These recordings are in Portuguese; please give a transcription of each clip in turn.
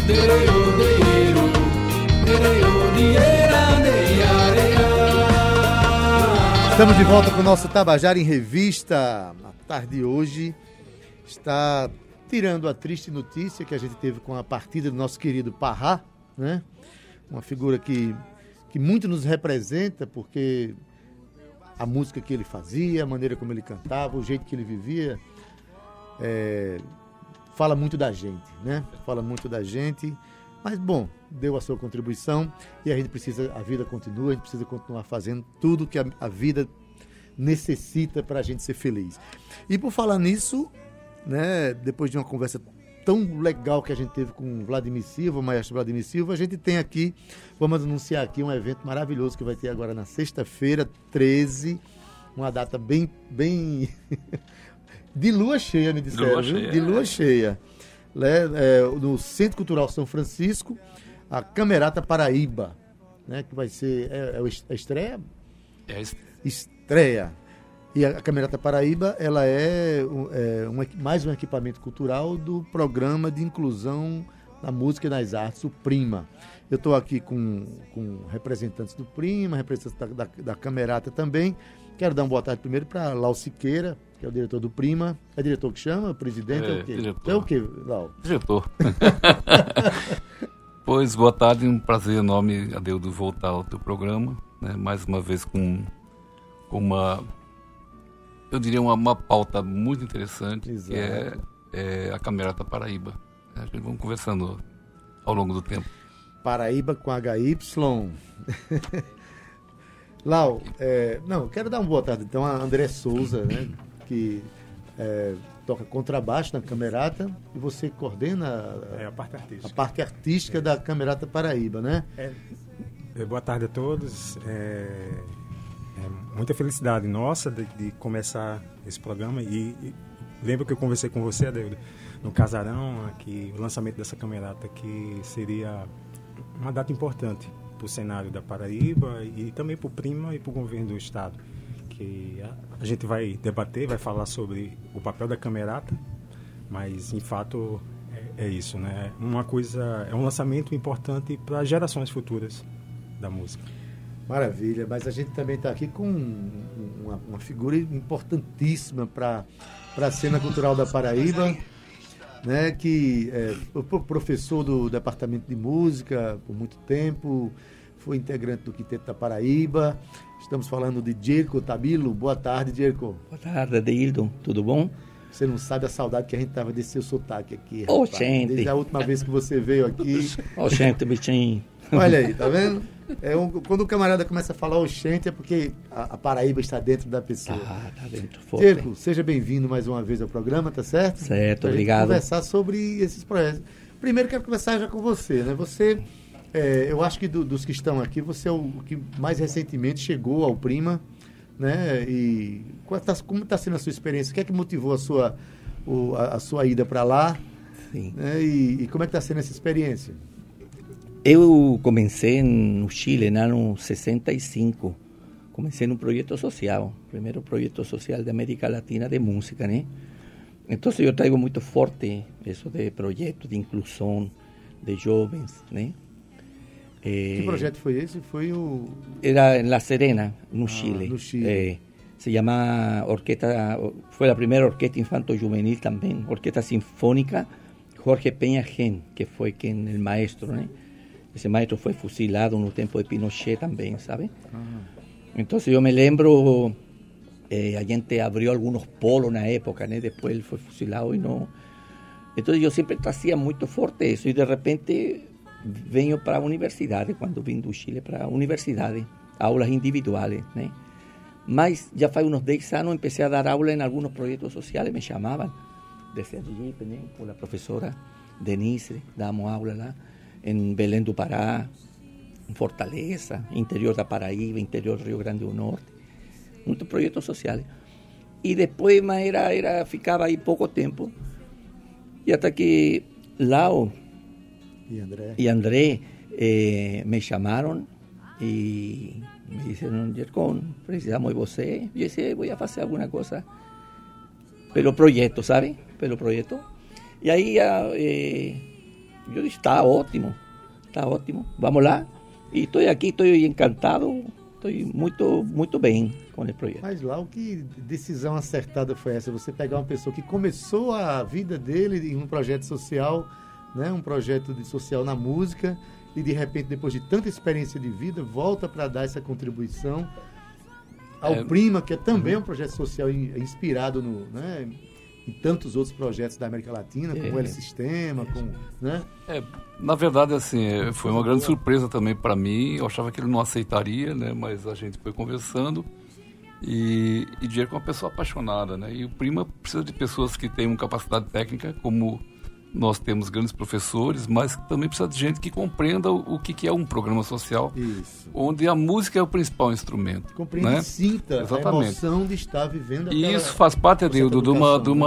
Estamos de volta com o nosso Tabajara em Revista. Na tarde de hoje está tirando a triste notícia que a gente teve com a partida do nosso querido Parrá, né? Uma figura que muito nos representa, porque a música que ele fazia, a maneira como ele cantava, o jeito que ele vivia, fala muito da gente, né? Fala muito da gente, mas bom, deu a sua contribuição e a vida continua, a gente precisa continuar fazendo tudo que a vida necessita para a gente ser feliz. E por falar nisso, né, depois de uma conversa tão legal que a gente teve com o Vladimir Silva, o maestro Vladimir Silva, a gente tem aqui, vamos anunciar aqui um evento maravilhoso que vai ter agora na sexta-feira, 13, uma data bem de lua cheia, me disseram, viu? De lua cheia. No Centro Cultural São Francisco, a Camerata Paraíba, né, que vai ser a estreia? Estreia. E a Camerata Paraíba, ela mais um equipamento cultural do Programa de Inclusão na Música e nas Artes, o PRIMA. Eu estou aqui com representantes do PRIMA, representantes da Camerata também. Quero dar uma boa tarde primeiro para Lau Siqueira, que é o diretor do PRIMA. É diretor que chama? Presidente? É o quê? Diretor. É o quê, Lau? Diretor. Pois, boa tarde, um prazer enorme, Adeudo, voltar ao teu programa, né? Mais uma vez com uma, eu diria, uma pauta muito interessante. Exato. Que é a Camerata Paraíba. A gente vamos conversando ao longo do tempo. Paraíba com HY. Lau, quero dar uma boa tarde então a André Souza, né, que toca contrabaixo na Camerata, e você coordena a parte artística da Camerata Paraíba, né? Boa tarde a todos. Muita felicidade nossa de começar esse programa, e lembro que eu conversei com você, Adeudo, no Casarão, aqui, o lançamento dessa Camerata, que seria uma data importante para o cenário da Paraíba e também para o PRIMA e para o governo do estado, que a gente vai debater, vai falar sobre o papel da Camerata, mas em fato é isso, né? É um lançamento importante para gerações futuras da música. Maravilha, mas a gente também está aqui com uma figura importantíssima para a cena cultural da Paraíba, né, que é professor do Departamento de Música por muito tempo, foi integrante do Quinteto da Paraíba. Estamos falando de Jerko Tabilo. Boa tarde, Jerko. Boa tarde, Adeildo. Tudo bom? Você não sabe a saudade que a gente tava desse seu sotaque aqui. Ô, gente. Desde a última vez que você veio aqui. Ô, gente, bichinho. Olha aí, tá vendo? Quando o camarada começa a falar oxente é porque a Paraíba está dentro da pessoa. Ah, tá dentro. Forte. Jerko, seja bem-vindo mais uma vez ao programa, tá certo? Certo, pra obrigado. Gente conversar sobre esses projetos. Primeiro quero conversar já com você, né? Você, eu acho que dos que estão aqui, você é o que mais recentemente chegou ao PRIMA, né? E como está sendo a sua experiência? O que é que motivou a sua ida para lá? Sim. Né? E como é que está sendo essa experiência? Eu comecei no Chile, no ano 65. Comecei num projeto social, primeiro projeto social da América Latina de música, né? Então eu trago muito forte isso de projeto de inclusão de jovens, né? Que projeto foi esse? Era em La Serena, no Chile. No Chile. Se llama fue a primeira orquesta infanto-juvenil também, orquesta sinfónica Jorge Peña Gen, que foi o maestro, né? Esse maestro foi fusilado no tempo de Pinochet também, sabe? Então eu me lembro, a gente abriu alguns polos na época, né? Depois ele foi fusilado e não. Então eu sempre trazia muito forte isso, e de repente venho para a universidade, quando vim do Chile para a universidade, aulas individuais, né? Mas já faz uns 10 anos comecei a dar aula em alguns projetos sociais, me chamavam de Sergipe, né? Com a professora Denise, damos aula lá em Belém do Pará, em Fortaleza, interior da Paraíba, interior do Rio Grande do Norte, muitos projetos sociais. E depois, mas ficava aí pouco tempo, e até que Lau e André me chamaram e me disseram: Jerko, precisamos de você. Eu disse: vou fazer alguma coisa pelo projeto, sabe? Pelo projeto. E aí Eu disse, está ótimo, vamos lá. E estou aqui, estou encantado, estou muito bem com o projeto. Mas lá, que decisão acertada foi essa? Você pegar uma pessoa que começou a vida dele em um projeto social, né, um projeto social na música, e de repente, depois de tanta experiência de vida, volta para dar essa contribuição ao Prima, que é também um projeto social inspirado em tantos outros projetos da América Latina, como o El Sistema, né? Na verdade, assim, foi uma grande surpresa também para mim. Eu achava que ele não aceitaria, né? Mas a gente foi conversando e Diego é uma pessoa apaixonada, né? E o Prima precisa de pessoas que tenham capacidade técnica, como nós temos grandes professores, mas também precisa de gente que compreenda o que é um programa social, onde a música é o principal instrumento. Compreenda, né? Sinta a emoção de estar vivendo E isso faz parte, Adildo, de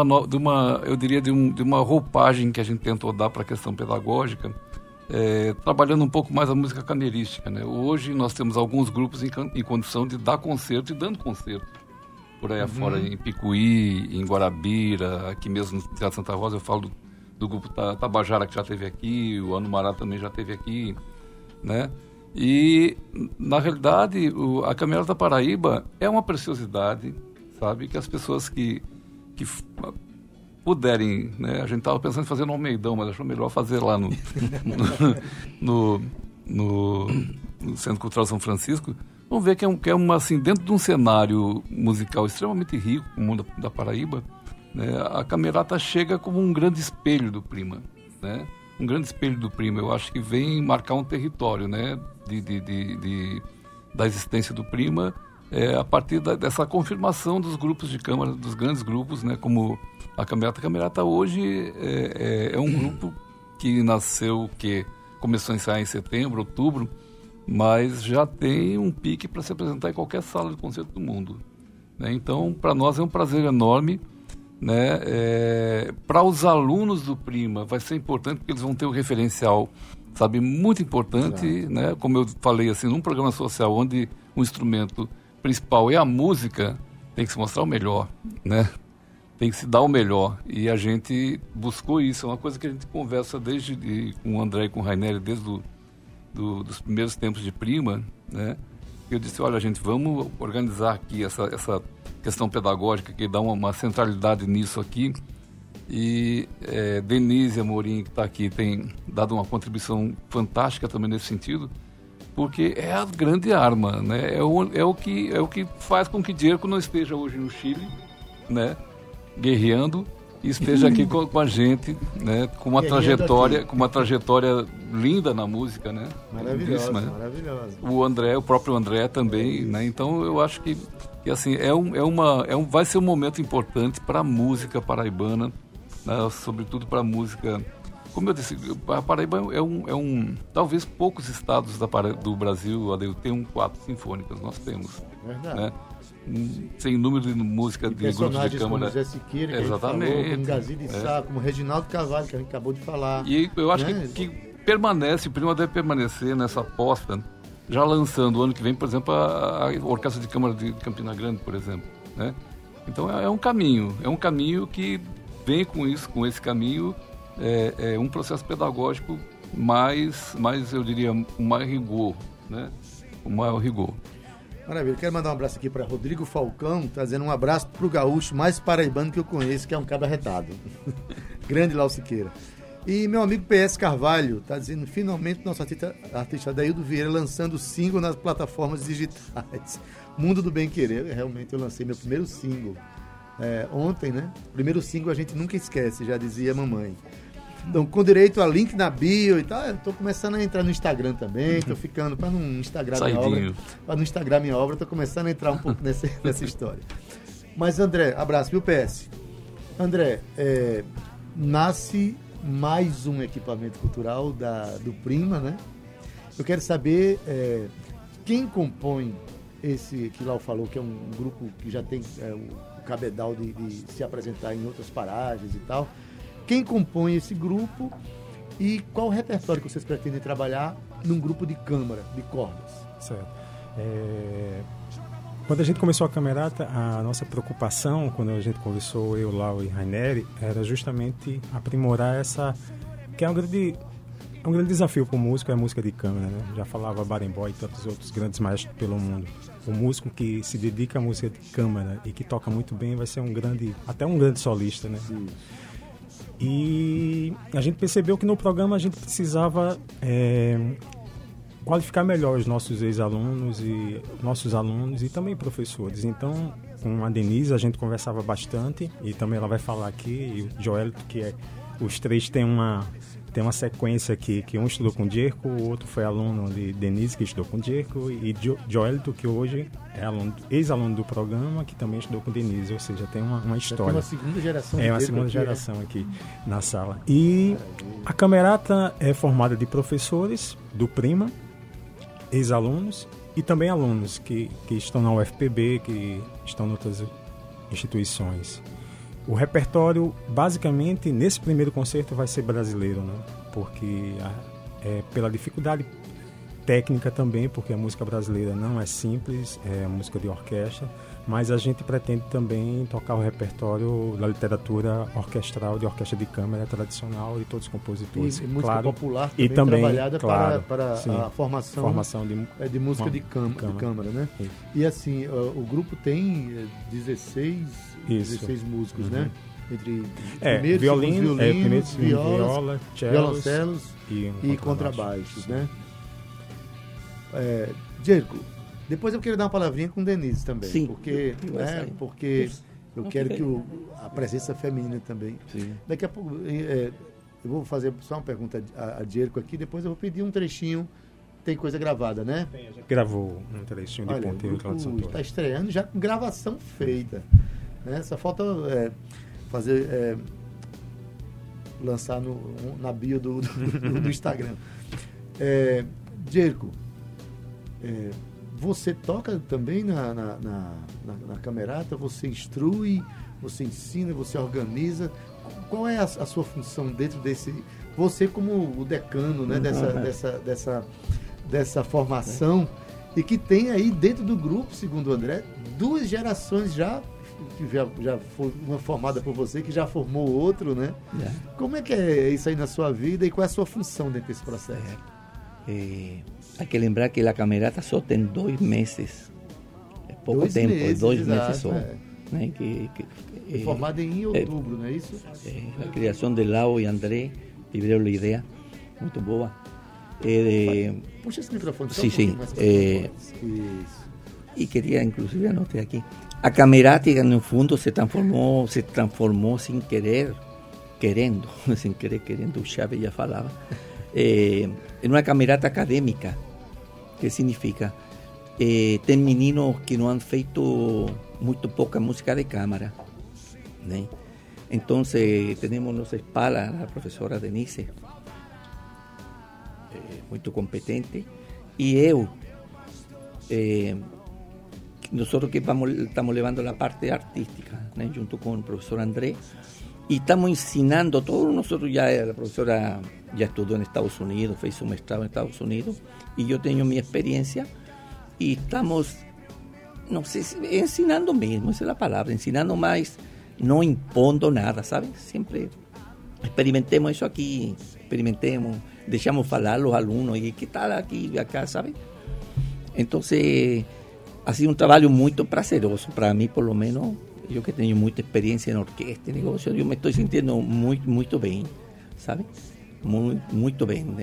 uma roupagem que a gente tentou dar para a questão pedagógica, trabalhando um pouco mais a música cameirística, né? Hoje nós temos alguns grupos em condição de dar concerto e dando concerto por aí afora, em Picuí, em Guarabira, aqui mesmo no Teatro Santa Rosa. Eu falo do grupo Tabajara, que já esteve aqui, o Anumará também já esteve aqui, né? E, na realidade, a Camerata da Paraíba é uma preciosidade, sabe? Que as pessoas que puderem, né? A gente estava pensando em fazer no Almeidão, mas achou melhor fazer lá no Centro Cultural São Francisco. Vamos ver que é uma, assim, dentro de um cenário musical extremamente rico, como o mundo da Paraíba, né? A Camerata chega como um grande espelho do Prima, né? Um grande espelho do Prima. Eu acho que vem marcar um território, né? Da existência do Prima, a partir dessa confirmação dos grupos de câmara, dos grandes grupos, né? Como a Camerata. A Camerata hoje é um grupo que nasceu, que começou a ensaiar em setembro, outubro, mas já tem um pique para se apresentar em qualquer sala de concerto do mundo, né? Então, para nós é um prazer enorme, né? Para os alunos do Prima vai ser importante, porque eles vão ter um referencial, sabe, muito importante, né? Como eu falei, assim, num programa social onde o instrumento principal é a música, tem que se mostrar o melhor, né? Tem que se dar o melhor, e a gente buscou isso. É uma coisa que a gente conversa com o André e com o Rainer desde dos primeiros tempos de Prima, né? Eu disse, olha, gente, vamos organizar aqui essa questão pedagógica, que dá uma centralidade nisso aqui. E Denise Amorim, que está aqui, tem dado uma contribuição fantástica também nesse sentido, porque é a grande arma, né? É o que faz com que Diego não esteja hoje no Chile, né? Guerreando, e esteja aqui com a gente, né? Com uma trajetória linda na música, né? Maravilhosa, né? Maravilhosa. O próprio André também, né? Então eu acho que assim, vai ser um momento importante para a música paraibana, né? Sobretudo para a música. Como eu disse, a Paraíba talvez poucos estados do Brasil, tem 4 sinfônicas, nós temos. Verdade. Né? Sem número de música de grupos de câmara. Como José Siqueira, que exatamente, a gente falou, como Gazi de Sá, como Reginaldo Carvalho, que a gente acabou de falar. E eu acho que permanece, o Prima deve permanecer nessa aposta, já lançando o ano que vem, por exemplo, a Orquestra de Câmara de Campina Grande, por exemplo, né? Então é um caminho que vem com esse caminho, um processo pedagógico mais eu diria, um maior rigor, né? Um maior rigor. Maravilha, quero mandar um abraço aqui para Rodrigo Falcão, trazendo um abraço para o gaúcho mais paraibano que eu conheço, que é um cabra retado. Grande Lau Siqueira. E meu amigo PS Carvalho está dizendo, finalmente nosso artista Adaildo Vieira lançando single nas plataformas digitais. Mundo do Bem Querer. Realmente eu lancei meu primeiro single ontem, né? Primeiro single a gente nunca esquece, já dizia a mamãe. Então, com direito a link na bio e tal, eu tô começando a entrar no Instagram também, tô ficando, para não Instagram minha obra, tô começando a entrar um pouco nessa história. Mas, André, abraço, viu, PS? André, nasce mais um equipamento cultural do Prima, né? Eu quero saber quem compõe esse, que Lau falou, que é um grupo que já tem o cabedal de se apresentar em outras paragens e tal. Quem compõe esse grupo e qual o repertório que vocês pretendem trabalhar num grupo de câmara, de cordas? Certo. Quando a gente começou a Camerata, a nossa preocupação, quando a gente conversou, eu, Lau e Rainer, era justamente aprimorar essa, que é uma grande É um grande desafio para o músico, é a música de câmara, né? Já falava Barenboim e tantos outros grandes maestros pelo mundo. O músico que se dedica à música de câmara e que toca muito bem vai ser até um grande solista, né? Sim. E a gente percebeu que no programa a gente precisava qualificar melhor os nossos ex-alunos e nossos alunos e também professores. Então, com a Denise a gente conversava bastante e também ela vai falar aqui, e o Joelito, os três têm uma sequência aqui, que um estudou com o Dierco, o outro foi aluno de Denise, que estudou com o Dierco, e Joelito, que hoje é ex-aluno do programa, que também estudou com Denise, ou seja, tem uma história. Tem uma segunda geração. É uma segunda geração aqui na sala. E a Camerata é formada de professores do Prima, ex-alunos, e também alunos que estão na UFPB, que estão em outras instituições. O repertório, basicamente, nesse primeiro concerto vai ser brasileiro, né? Porque pela dificuldade técnica também, porque a música brasileira não é simples, é música de orquestra, mas a gente pretende também tocar o repertório da literatura orquestral, de orquestra de câmara tradicional de todos os compositores. E música popular também, e também trabalhada para sim, a formação de música de câmara, né? Sim. E assim, o grupo tem 16 músicos, né? Entre violino, viola, violoncelos e contrabaixos, né? Dierco, depois eu quero dar uma palavrinha com Denise também. Sim, porque eu quero que a presença feminina também. Sim. Daqui a pouco eu vou fazer só uma pergunta a Dierco aqui, depois eu vou pedir um trechinho. Tem coisa gravada, né? Tem, a gente gravou um trechinho de Ponteiro. Está estreando já com gravação feita, né? Só falta fazer lançar na bio do Instagram. Dierco, você toca também na Camerata, você instrui, você ensina, você organiza. Qual é a sua função dentro desse... Você como o decano, né, dessa formação, e que tem aí dentro do grupo, segundo o André, 2 gerações que já foi uma formada por você, que já formou outro, né? Como é que é isso aí na sua vida e qual é a sua função dentro desse processo? Hay que lembrar que a Camerata só tem 2 meses. É pouco tempo, 2 meses só. Né? Formada em outubro, não é isso? A criação de Lau e André tiveram a ideia muito boa. Puxa esse microfone. Sim. E queria, inclusive, anotar aqui. A Camerata, no fundo, se transformou sem querer, querendo, o Chávez já falava. Em uma camerata acadêmica, que significa tem meninos que não han feito muito pouca música de câmara, né? Então temos nossa espalda a professora Denise, muito competente, e eu nós que estamos levando a parte artística, né? Junto com o professor André, e estamos ensinando todos nosotros. A professora ya estudió en Estados Unidos, fez su mestrado en Estados Unidos, y yo tengo mi experiencia, y estamos, no sé si ensinando mesmo, esa es la palabra, ensinando más, no impondo nada, ¿sabes? Siempre experimentemos eso aquí, deixamos falar los alumnos, y ¿qué tal aquí y acá, ¿sabes? Entonces, ha sido un trabajo muy prazeroso, para mí por lo menos, yo que tengo mucha experiencia en orquesta y negocio, yo me estoy sintiendo muy bien, ¿sabes? Muito bem.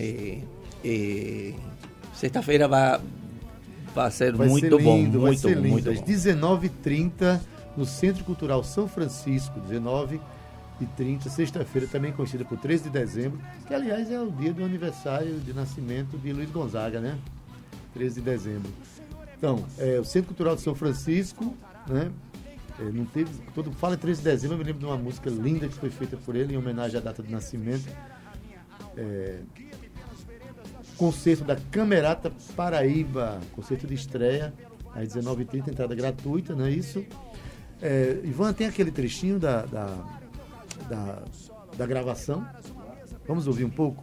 Sexta-feira vai ser muito bom. Muito bom. Às 19h30, no Centro Cultural São Francisco, 19h30, sexta-feira, também conhecida por 13 de dezembro, que aliás é o dia do aniversário de nascimento de Luiz Gonzaga, né? 13 de dezembro. Então, o Centro Cultural de São Francisco, né? Não teve, todo fala 13 de dezembro, eu me lembro de uma música linda que foi feita por ele em homenagem à data de nascimento. Concerto da Camerata Paraíba, concerto de estreia às 19h30, entrada gratuita, não é isso? Ivan, tem aquele trechinho da gravação, vamos ouvir um pouco?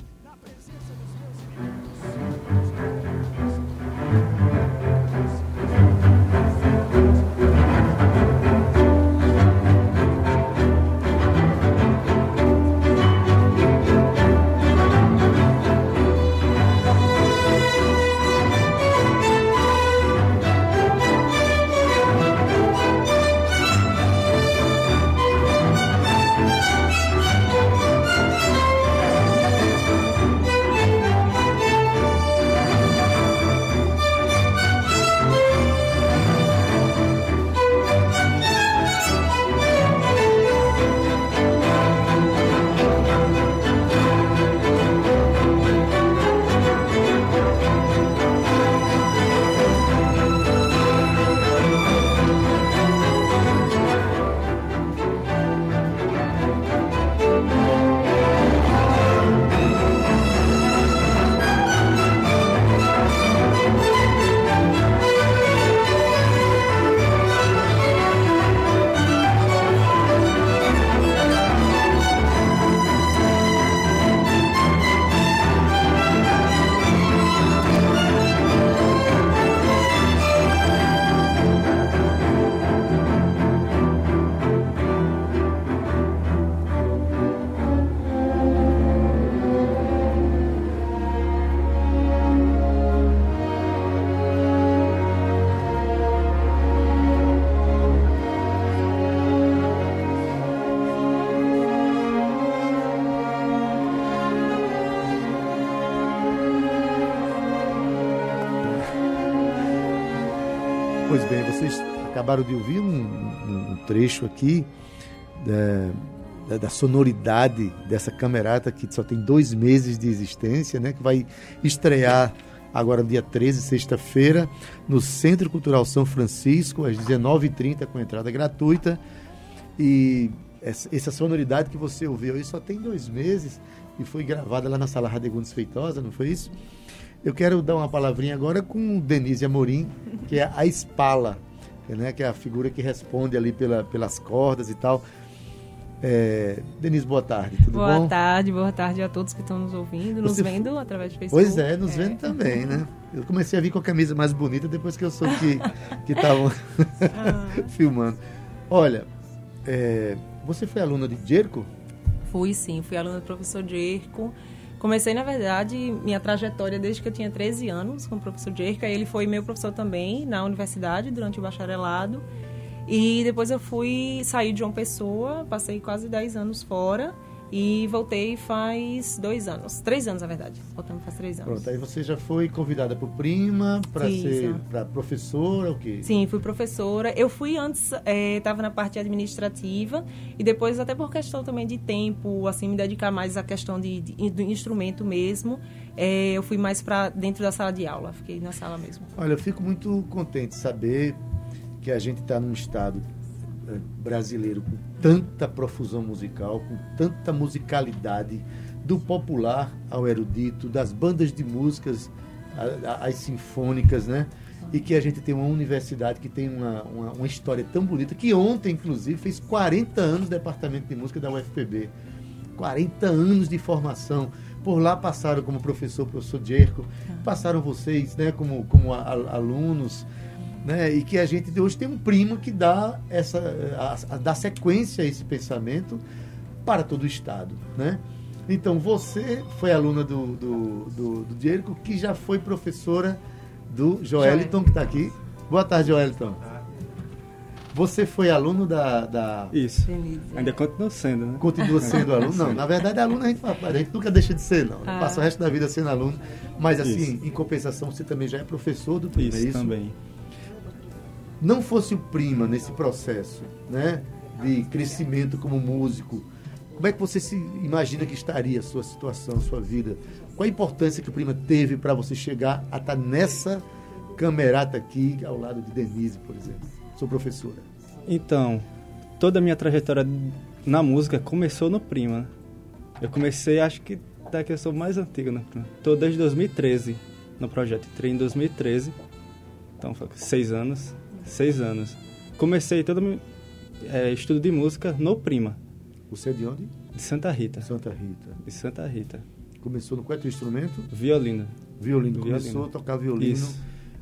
Pois bem, vocês acabaram de ouvir um trecho aqui da sonoridade dessa camerata que só tem 2 meses de existência, né? Que vai estrear agora no dia 13, sexta-feira, no Centro Cultural São Francisco, às 19h30, com entrada gratuita. E essa sonoridade que você ouviu aí só tem 2 meses e foi gravada lá na Sala Radegundes Feitosa, não foi isso? Eu quero dar uma palavrinha agora com Denise Amorim, que é a Espala, né? Que é a figura que responde ali pelas cordas e tal. Denise, boa tarde, tudo bom? Boa tarde a todos que estão nos ouvindo, nos vendo através do Facebook. Pois é, nos vendo também, né? Eu comecei a vir com a camisa mais bonita depois que eu soube que estavam filmando. Olha, você foi aluna de Jerko? Fui aluna do professor Jerko. Comecei, na verdade, minha trajetória desde que eu tinha 13 anos com o professor Jerko. Ele foi meu professor também na universidade durante o bacharelado. E depois eu saí de João Pessoa, passei quase 10 anos fora e voltei faz 2 anos. 3 anos, na verdade. Voltando faz 3 anos. Pronto, aí você já foi convidada por prima para ser professora, o quê? Sim, fui professora. Eu fui antes, estava na parte administrativa e depois, até por questão também de tempo, assim, me dedicar mais à questão do instrumento mesmo, eu fui mais para dentro da sala de aula, fiquei na sala mesmo. Olha, eu fico muito contente de saber que a gente está num estado brasileiro com tanta profusão musical, com tanta musicalidade, do popular ao erudito, das bandas de músicas às sinfônicas, né? E que a gente tem uma universidade que tem uma história tão bonita, que ontem, inclusive, fez 40 anos do Departamento de Música da UFPB. 40 anos de formação. Por lá passaram como professor Jerko, passaram vocês, né, como alunos, né, e que a gente hoje tem um primo que dá sequência a esse pensamento para todo o Estado, né? Então, você foi aluna do Jerko, que já foi professora do Joeliton, que está aqui. Boa tarde, Joeliton. Você foi aluno da... Isso, ainda continua sendo, né? Continua sendo aluno? Não, na verdade, aluno a gente nunca deixa de ser, não. Passa o resto da vida sendo aluno. Mas, assim, em compensação, você também já é professor do Prima, é isso? Também. Não fosse o Prima nesse processo, né, de crescimento como músico, como é que você se imagina que estaria a sua situação, a sua vida? Qual a importância que o Prima teve para você chegar a estar nessa camerata aqui, ao lado de Denise, por exemplo? Sou professora. Então, toda a minha trajetória na música começou no Prima. Eu comecei, acho que daqui eu sou mais antigo, né? Estou desde 2013 no projeto. Entrei em 2013, então foi 6 anos. Comecei todo o meu estudo de música no Prima. Você é de onde? De Santa Rita. De Santa Rita. Começou no qual é teu instrumento? Violino. Começou a tocar violino. Isso.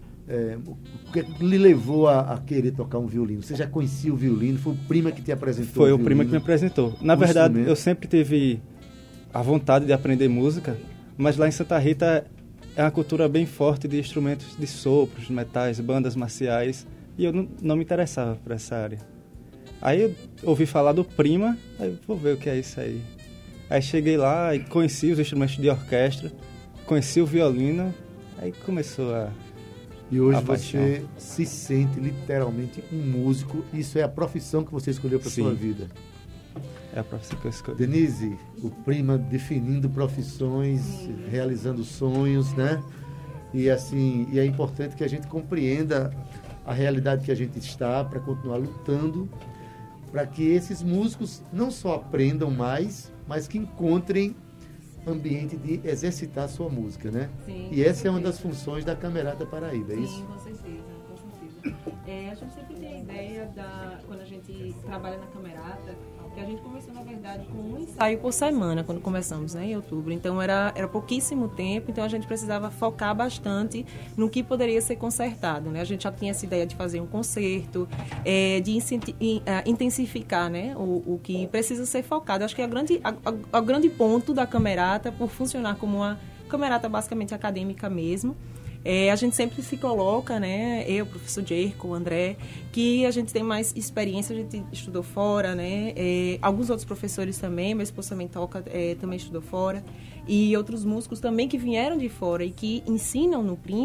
O que lhe levou a querer tocar um violino? Você já conhecia o violino? Foi o Prima que te apresentou? Foi o Prima que me apresentou. Na verdade, eu sempre tive a vontade de aprender música, mas lá em Santa Rita é uma cultura bem forte de instrumentos de sopros, metais, bandas marciais, e eu não me interessava por essa área. Aí eu ouvi falar do Prima, aí vou ver o que é isso aí. Aí cheguei lá e conheci os instrumentos de orquestra, conheci o violino, aí começou a... E hoje você se sente literalmente um músico. Isso é a profissão que você escolheu para a sua vida. É a profissão que eu escolhi. Denise, o Prima definindo profissões, realizando sonhos, né? E assim, é importante que a gente compreenda a realidade que a gente está para continuar lutando para que esses músicos não só aprendam mais, mas que encontrem ambiente de exercitar a sua música, né? Sim, e essa é uma das funções da Camerata Paraíba, é isso? Sim, com certeza. A gente sempre tem a ideia, quando a gente trabalha na Camerata, que a gente começou, na verdade, com um ensaio por semana, quando começamos, né, em outubro. Então, era pouquíssimo tempo, então a gente precisava focar bastante no que poderia ser consertado, né? A gente já tinha essa ideia de fazer um concerto, de intensificar, né, o que precisa ser focado. Acho que o grande ponto da Camerata, por funcionar como uma Camerata basicamente acadêmica mesmo, a gente sempre se coloca, né, eu, o professor Jerko, o André, que a gente tem mais experiência, a gente estudou fora, né, alguns outros professores também, meu esposo também toca, também estudou fora, e outros músicos também que vieram de fora e que ensinam no Prima,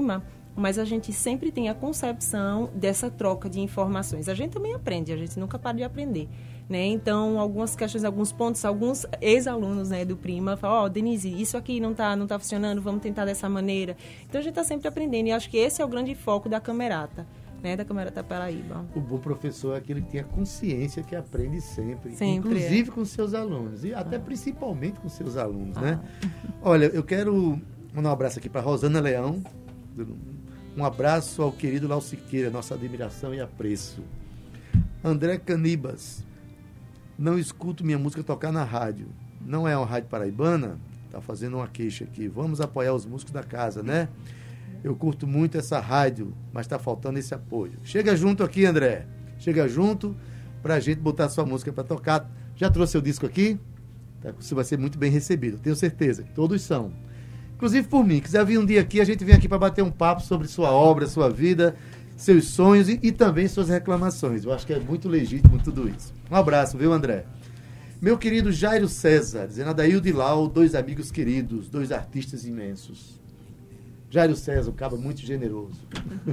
mas a gente sempre tem a concepção dessa troca de informações. A gente também aprende, a gente nunca para de aprender, né? Então, algumas questões, alguns pontos, alguns ex-alunos, né, do Prima falam, Denise, isso aqui não tá funcionando, vamos tentar dessa maneira. Então, a gente está sempre aprendendo e acho que esse é o grande foco da Camerata, né, da Camerata Paraíba. O bom professor é aquele que tem a consciência que aprende sempre inclusive com seus alunos, e até principalmente com seus alunos, né? Olha, eu quero mandar um abraço aqui para Rosana Leão, um abraço ao querido Lau Siqueira, nossa admiração e apreço. André Canibas, não escuto minha música tocar na rádio, não é uma rádio paraibana? Tá fazendo uma queixa aqui, vamos apoiar os músicos da casa, né? Eu curto muito essa rádio, mas está faltando esse apoio. Chega junto aqui, André. Chega junto para a gente botar sua música para tocar. Já trouxe seu disco aqui? Você vai ser muito bem recebido, tenho certeza. Todos são. Inclusive por mim. Quiser vir um dia aqui, a gente vem aqui para bater um papo sobre sua obra, sua vida, seus sonhos e também suas reclamações. Eu acho que é muito legítimo tudo isso. Um abraço, viu, André? Meu querido Jairo César, dizendo Adaildo e Lau, 2 amigos queridos, 2 artistas imensos. Jairo César, um cara muito generoso.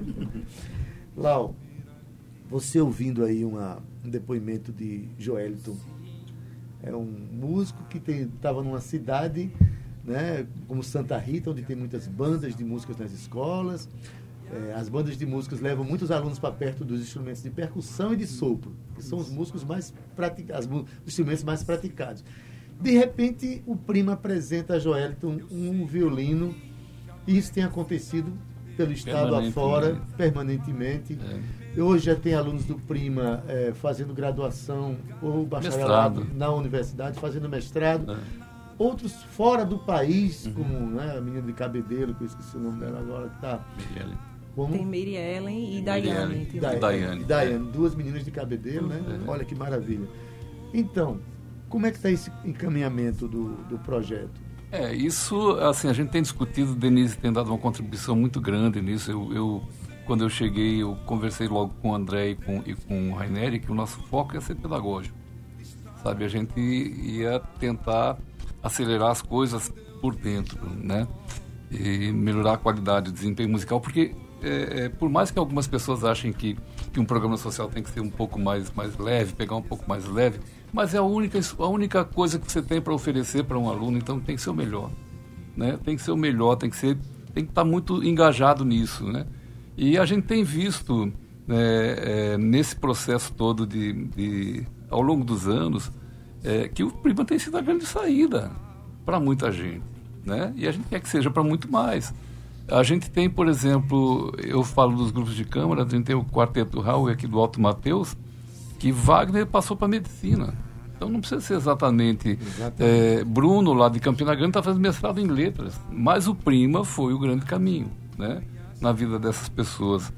Lau, você ouvindo aí um depoimento de Joelton, é um músico que estava numa cidade, né, como Santa Rita, onde tem muitas bandas de músicas nas escolas. As bandas de músicas levam muitos alunos para perto dos instrumentos de percussão e de sopro, que são os músicos mais praticados, os instrumentos mais praticados. De repente, o Prima apresenta a Joelton um violino. Isso tem acontecido pelo estado afora, permanentemente. Hoje já tem alunos do Prima fazendo graduação ou bacharelado na universidade, fazendo mestrado. Outros fora do país, como, né, a menina de Cabedelo, que eu esqueci o nome dela agora, que está... Tem Mary Ellen e Daiane. Daiane, 2 meninas de Cabedelo, né? Olha que maravilha. Então, como é que está esse encaminhamento do projeto? Isso, assim, a gente tem discutido, Denise tem dado uma contribuição muito grande nisso. Quando eu cheguei, eu conversei logo com o André e com o Raineri, que o nosso foco ia ser pedagógico, sabe? A gente ia tentar acelerar as coisas por dentro, né? E melhorar a qualidade, o desempenho musical, porque por mais que algumas pessoas achem que um programa social tem que ser um pouco mais leve, pegar um pouco mais leve, mas é a única coisa que você tem para oferecer para um aluno, então tem que ser o melhor, né? Tem que ser o melhor, tem que estar muito engajado nisso, né? E a gente tem visto nesse processo todo ao longo dos anos que o Prima tem sido a grande saída para muita gente, né? E a gente quer que seja para muito mais. A gente tem, por exemplo, eu falo dos grupos de câmara, a gente tem o Quarteto Raul aqui do Alto Mateus, que Wagner passou para medicina. Então não precisa ser exatamente. Bruno, lá de Campina Grande, está fazendo mestrado em letras. Mas o Prima foi o grande caminho, né, na vida dessas pessoas.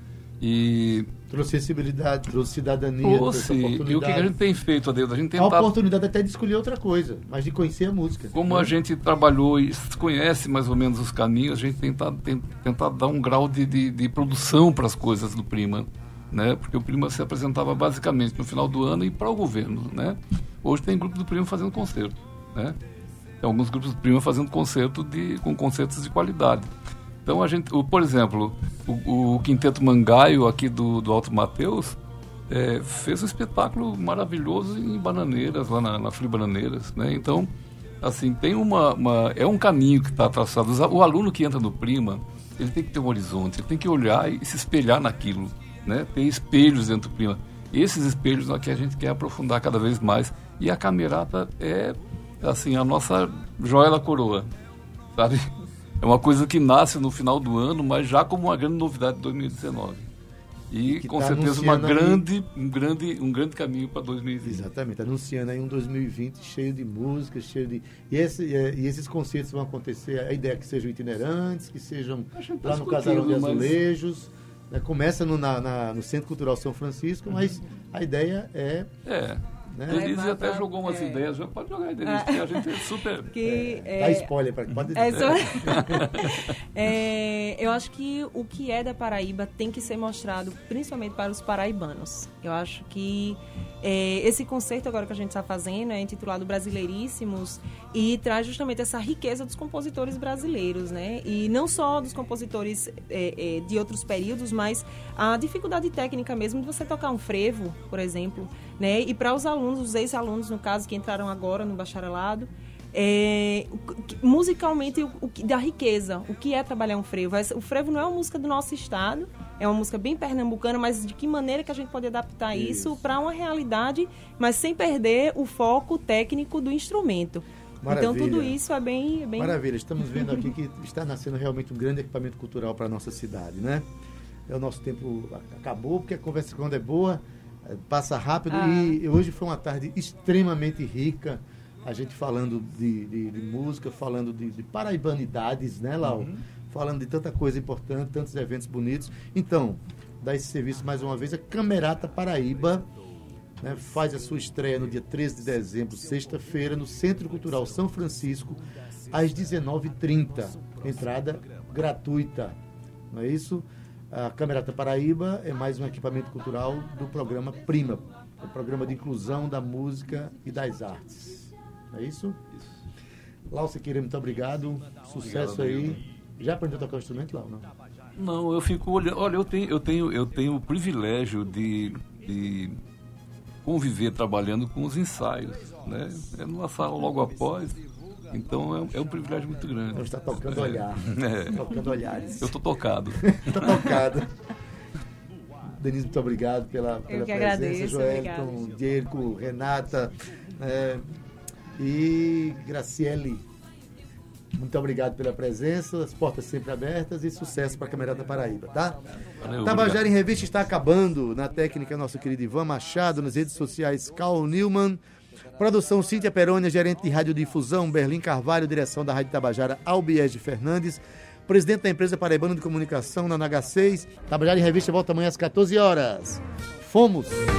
E trouxe sensibilidade, trouxe cidadania, trouxe oportunidade. E o que a gente tem feito, Adeildo? A gente tem a oportunidade até de escolher outra coisa, mas de conhecer a música. Como a gente trabalhou e conhece mais ou menos os caminhos, a gente tentar dar um grau de produção para as coisas do Prima, né? Porque o Prima se apresentava basicamente no final do ano e para o governo, né? Hoje tem grupo do Prima fazendo concerto, né? Tem alguns grupos do Prima fazendo concerto com concertos de qualidade. Então, por exemplo, o Quinteto Mangaio aqui do Alto Mateus fez um espetáculo maravilhoso em Bananeiras, lá na Fli Bananeiras, né? Então, assim, tem é um caminho que está traçado. O aluno que entra no Prima, ele tem que ter um horizonte, ele tem que olhar e se espelhar naquilo, né? Ter espelhos dentro do Prima. Esses espelhos aqui a gente quer aprofundar cada vez mais. E a Camerata é, assim, a nossa joia da coroa, sabe? É uma coisa que nasce no final do ano, mas já como uma grande novidade de 2019. E com certeza um grande caminho para 2020. Exatamente, anunciando aí um 2020 cheio de música, e esses concertos vão acontecer, a ideia é que sejam itinerantes, que sejam lá no Casarão de Azulejos, né? Começa no Centro Cultural São Francisco, mas a ideia é Né? Denise até jogou umas ideias, já pode jogar aí, Denise, porque a gente é super... Dá spoiler, pode dizer. Eu acho que o que é da Paraíba tem que ser mostrado principalmente para os paraibanos. Eu acho que esse concerto agora que a gente está fazendo é intitulado Brasileiríssimos e traz justamente essa riqueza dos compositores brasileiros, né? E não só dos compositores de outros períodos, mas a dificuldade técnica mesmo de você tocar um frevo, por exemplo, né? E para os alunos, os ex-alunos, no caso, que entraram agora no bacharelado, musicalmente da riqueza, o que é trabalhar um frevo. O frevo não é uma música do nosso estado, é uma música bem pernambucana, mas de que maneira que a gente pode adaptar isso para uma realidade, mas sem perder o foco técnico do instrumento. Maravilha. Então tudo isso é bem... Maravilha, estamos vendo aqui que está nascendo realmente um grande equipamento cultural para a nossa cidade, né? O nosso tempo acabou, porque a conversa quando é boa passa rápido e hoje foi uma tarde extremamente rica, a gente falando de música, falando de paraibanidades, né, Lau? Falando de tanta coisa importante, tantos eventos bonitos. Então, dá esse serviço mais uma vez, a Camerata Paraíba, né, faz a sua estreia no dia 13 de dezembro, sexta-feira, no Centro Cultural São Francisco, às 19h30. Entrada gratuita, não é isso? A Camerata Paraíba é mais um equipamento cultural do programa Prima, o programa de inclusão da música e das artes. Não é isso? Lau Siqueira, muito obrigado. Sucesso aí. Já aprendeu a tocar o instrumento, Lau? Não, eu fico olhando. Olha, eu tenho o privilégio de conviver trabalhando com os ensaios, né? É numa sala logo após. Então é um privilégio muito grande. Você está tocando olhar. Tocando olhares. Eu estou tocado. Está tocado. Denise, muito obrigado pela presença. Agradeço, Joelton, Diego, Renata e Graciele. Muito obrigado pela presença, as portas sempre abertas e sucesso para a Camerata Paraíba, tá? Valeu, Tabajara em Revista está acabando. Na técnica, nosso querido Ivan Machado, nas redes sociais, Carl Newman. Produção, Cíntia Perônia, gerente de radiodifusão, Berlim Carvalho, direção da Rádio Tabajara, Albiés de Fernandes, presidente da empresa Paraibana de Comunicação, na NH6. Tabajara em Revista volta amanhã às 14 horas. Fomos!